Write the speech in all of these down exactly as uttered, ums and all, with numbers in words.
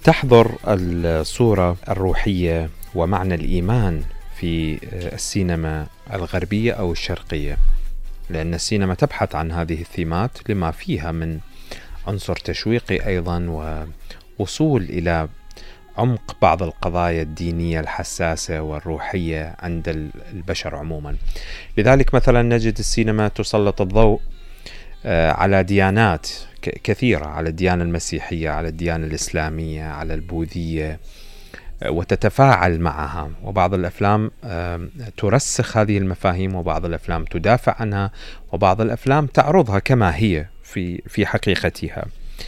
تحضر الصورة الروحية ومعنى الإيمان في السينما الغربية أو الشرقية، لأن السينما تبحث عن هذه الثيمات لما فيها من عنصر تشويقي أيضا ووصول إلى عمق بعض القضايا الدينية الحساسة والروحية عند البشر عموما. لذلك مثلا نجد السينما تسلط الضوء على ديانات كثيرة، على الديانة المسيحية، على الديانة الإسلامية، على البوذية، وتتفاعل معها، وبعض الأفلام ترسخ هذه المفاهيم، وبعض الأفلام تدافع عنها، وبعض الأفلام تعرضها كما هي في في حقيقتها.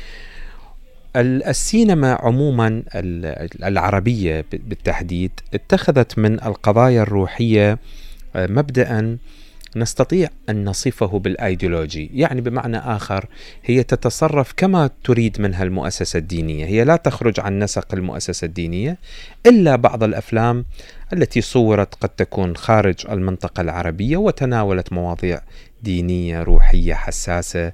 السينما عموما العربية بالتحديد اتخذت من القضايا الروحية مبدأ نستطيع أن نصفه بالأيديولوجي، يعني بمعنى آخر هي تتصرف كما تريد منها المؤسسة الدينية، هي لا تخرج عن نسق المؤسسة الدينية، إلا بعض الأفلام التي صورت قد تكون خارج المنطقة العربية وتناولت مواضيع دينية روحية حساسة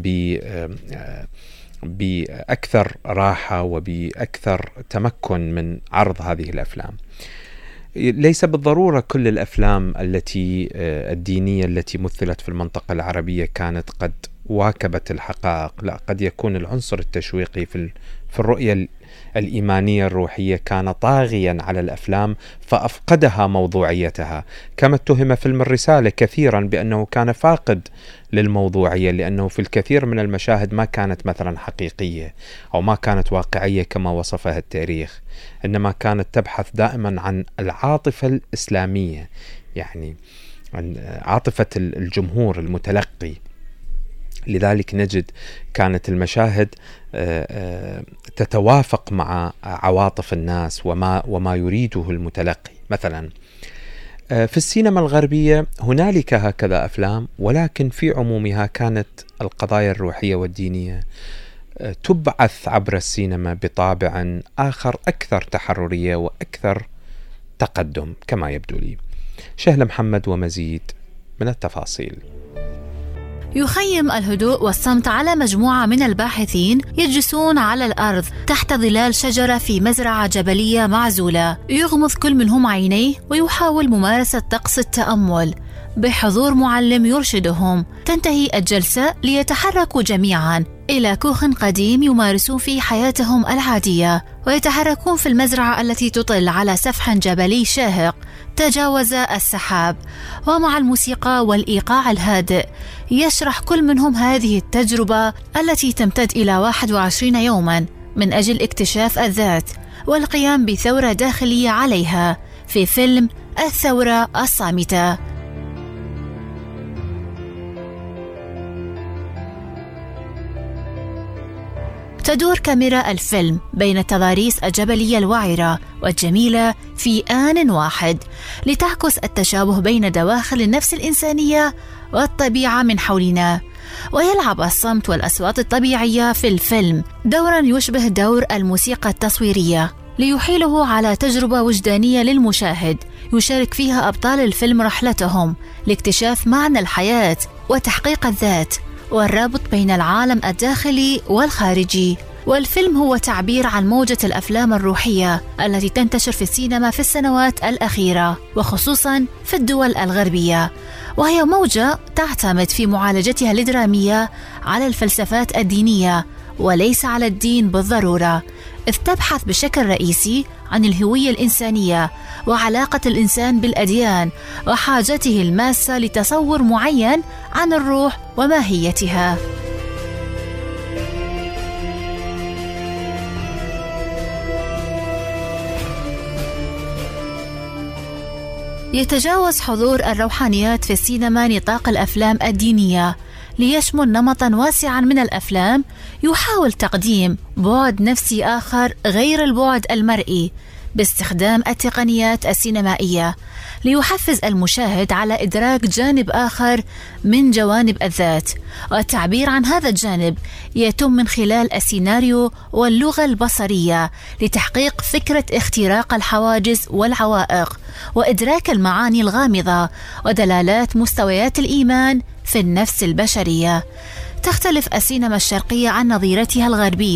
بأكثر راحة وبأكثر تمكن من عرض هذه الأفلام. ليس بالضرورة كل الأفلام التي الدينية التي مثلت في المنطقة العربية كانت قد واكبت الحقائق، لا، قد يكون العنصر التشويقي في في الرؤية الإيمانية الروحية كان طاغيا على الأفلام فأفقدها موضوعيتها، كما اتهم فيلم الرسالة كثيرا بأنه كان فاقد للموضوعية، لأنه في الكثير من المشاهد ما كانت مثلا حقيقية أو ما كانت واقعية كما وصفها التاريخ، إنما كانت تبحث دائما عن العاطفة الإسلامية، يعني عن عاطفة الجمهور المتلقي. لذلك نجد كانت المشاهد تتوافق مع عواطف الناس وما وما يريده المتلقي. مثلا في السينما الغربية هنالك هكذا أفلام، ولكن في عمومها كانت القضايا الروحية والدينية تبعث عبر السينما بطابع آخر أكثر تحررية وأكثر تقدم كما يبدو لي. شهلة محمد ومزيد من التفاصيل. يخيم الهدوء والصمت على مجموعة من الباحثين يجلسون على الأرض تحت ظلال شجرة في مزرعة جبلية معزولة. يغمض كل منهم عينيه ويحاول ممارسة طقس التأمل بحضور معلم يرشدهم. تنتهي الجلسة ليتحركوا جميعا إلى كوخ قديم يمارسون فيه حياتهم العادية، ويتحركون في المزرعة التي تطل على سفح جبلي شاهق تجاوز السحاب. ومع الموسيقى والإيقاع الهادئ يشرح كل منهم هذه التجربة التي تمتد إلى واحد وعشرين يوما من أجل اكتشاف الذات والقيام بثورة داخلية عليها في فيلم الثورة الصامتة. تدور كاميرا الفيلم بين التضاريس الجبلية الوعرة والجميلة في آن واحد لتعكس التشابه بين دواخل النفس الإنسانية والطبيعة من حولنا. ويلعب الصمت والأصوات الطبيعية في الفيلم دورا يشبه دور الموسيقى التصويرية، ليحيله على تجربة وجدانية للمشاهد يشارك فيها أبطال الفيلم رحلتهم لاكتشاف معنى الحياة وتحقيق الذات والرابط بين العالم الداخلي والخارجي. والفيلم هو تعبير عن موجة الأفلام الروحية التي تنتشر في السينما في السنوات الأخيرة، وخصوصا في الدول الغربية، وهي موجة تعتمد في معالجتها الدرامية على الفلسفات الدينية وليس على الدين بالضرورة، إذ تبحث بشكل رئيسي عن الهوية الإنسانية وعلاقة الإنسان بالأديان وحاجته الماسة لتصور معين عن الروح وماهيتها. يتجاوز حضور الروحانيات في السينما نطاق الأفلام الدينية ليشمل نمطاً واسعاً من الأفلام يحاول تقديم بعد نفسي آخر غير البعد المرئي باستخدام التقنيات السينمائية ليحفز المشاهد على إدراك جانب آخر من جوانب الذات، والتعبير عن هذا الجانب يتم من خلال السيناريو واللغة البصرية لتحقيق فكرة اختراق الحواجز والعوائق وإدراك المعاني الغامضة ودلالات مستويات الإيمان في النفس البشرية. تختلف السينما الشرقية عن نظيرتها الغربية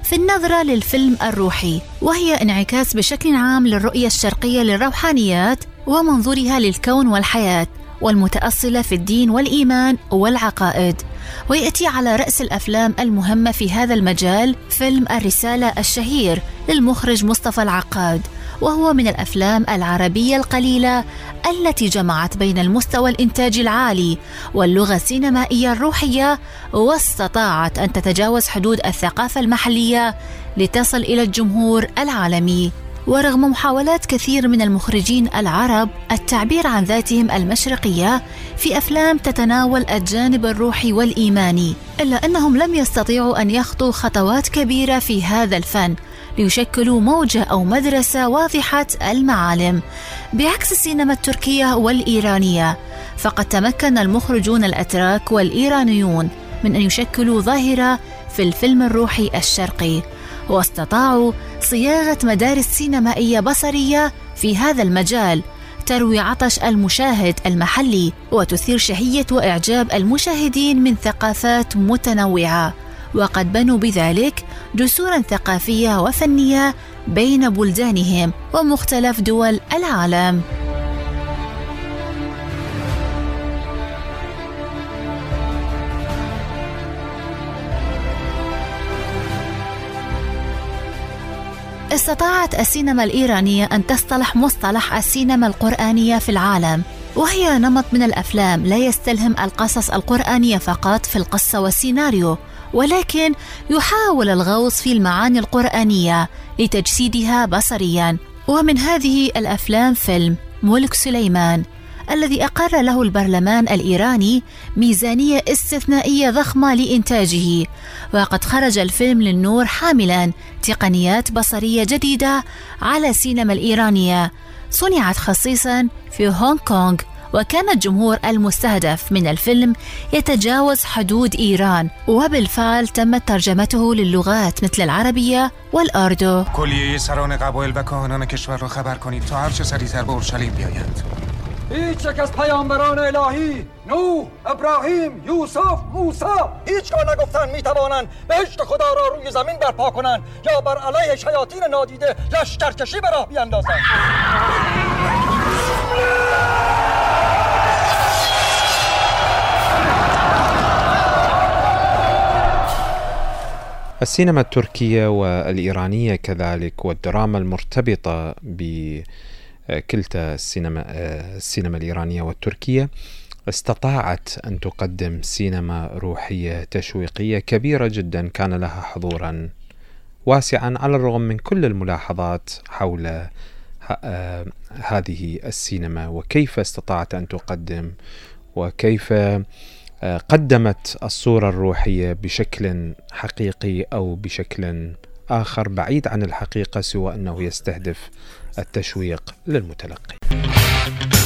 في النظرة للفيلم الروحي، وهي انعكاس بشكل عام للرؤية الشرقية للروحانيات ومنظورها للكون والحياة، والمتأصلة في الدين والإيمان والعقائد. ويأتي على رأس الأفلام المهمة في هذا المجال فيلم الرسالة الشهير للمخرج مصطفى العقاد، وهو من الأفلام العربية القليلة التي جمعت بين المستوى الإنتاجي العالي واللغة السينمائية الروحية، واستطاعت أن تتجاوز حدود الثقافة المحلية لتصل إلى الجمهور العالمي. ورغم محاولات كثير من المخرجين العرب التعبير عن ذاتهم المشرقية في أفلام تتناول الجانب الروحي والإيماني، إلا أنهم لم يستطيعوا أن يخطوا خطوات كبيرة في هذا الفن ليشكلوا موجة أو مدرسة واضحة المعالم، بعكس السينما التركية والإيرانية. فقد تمكن المخرجون الأتراك والإيرانيون من أن يشكلوا ظاهرة في الفيلم الروحي الشرقي، واستطاعوا صياغة مدارس سينمائية بصرية في هذا المجال تروي عطش المشاهد المحلي وتثير شهية وإعجاب المشاهدين من ثقافات متنوعة، وقد بنوا بذلك جسورا ثقافية وفنية بين بلدانهم ومختلف دول العالم. استطاعت السينما الإيرانية أن تصطلح مصطلح السينما القرآنية في العالم، وهي نمط من الأفلام لا يستلهم القصص القرآنية فقط في القصة والسيناريو، ولكن يحاول الغوص في المعاني القرآنية لتجسيدها بصريا. ومن هذه الأفلام فيلم ملك سليمان، الذي أقر له البرلمان الإيراني ميزانية استثنائية ضخمة لإنتاجه، وقد خرج الفيلم للنور حاملا تقنيات بصرية جديدة على السينما الإيرانية صنعت خصيصا في هونغ كونغ، وكان الجمهور المستهدف من الفيلم يتجاوز حدود إيران، وبالفعل تمت ترجمته للغات مثل العربية والأردو. کلیه سران قبایل و کاهنان کشور را خبر کنید تا هر چه سریعتر به اورشلیم بیایند. هیچ یک از پیامبران الهی نوح، ابراهیم، یوسف، موسی هیچگاه نگفتن میتوانند بهشت خدا را روی زمین برپا کنند یا بر علیه شیاطین نادیده لشکرکشی به راه بیاندازند. السينما التركية والإيرانية كذلك، والدراما المرتبطة بكلتا السينما السينما الإيرانية والتركية استطاعت أن تقدم سينما روحية تشويقية كبيرة جدا كان لها حضورا واسعا، على الرغم من كل الملاحظات حول هذه السينما وكيف استطاعت أن تقدم وكيف قدمت الصورة الروحية بشكل حقيقي أو بشكل آخر بعيد عن الحقيقة، سوى أنه يستهدف التشويق للمتلقي.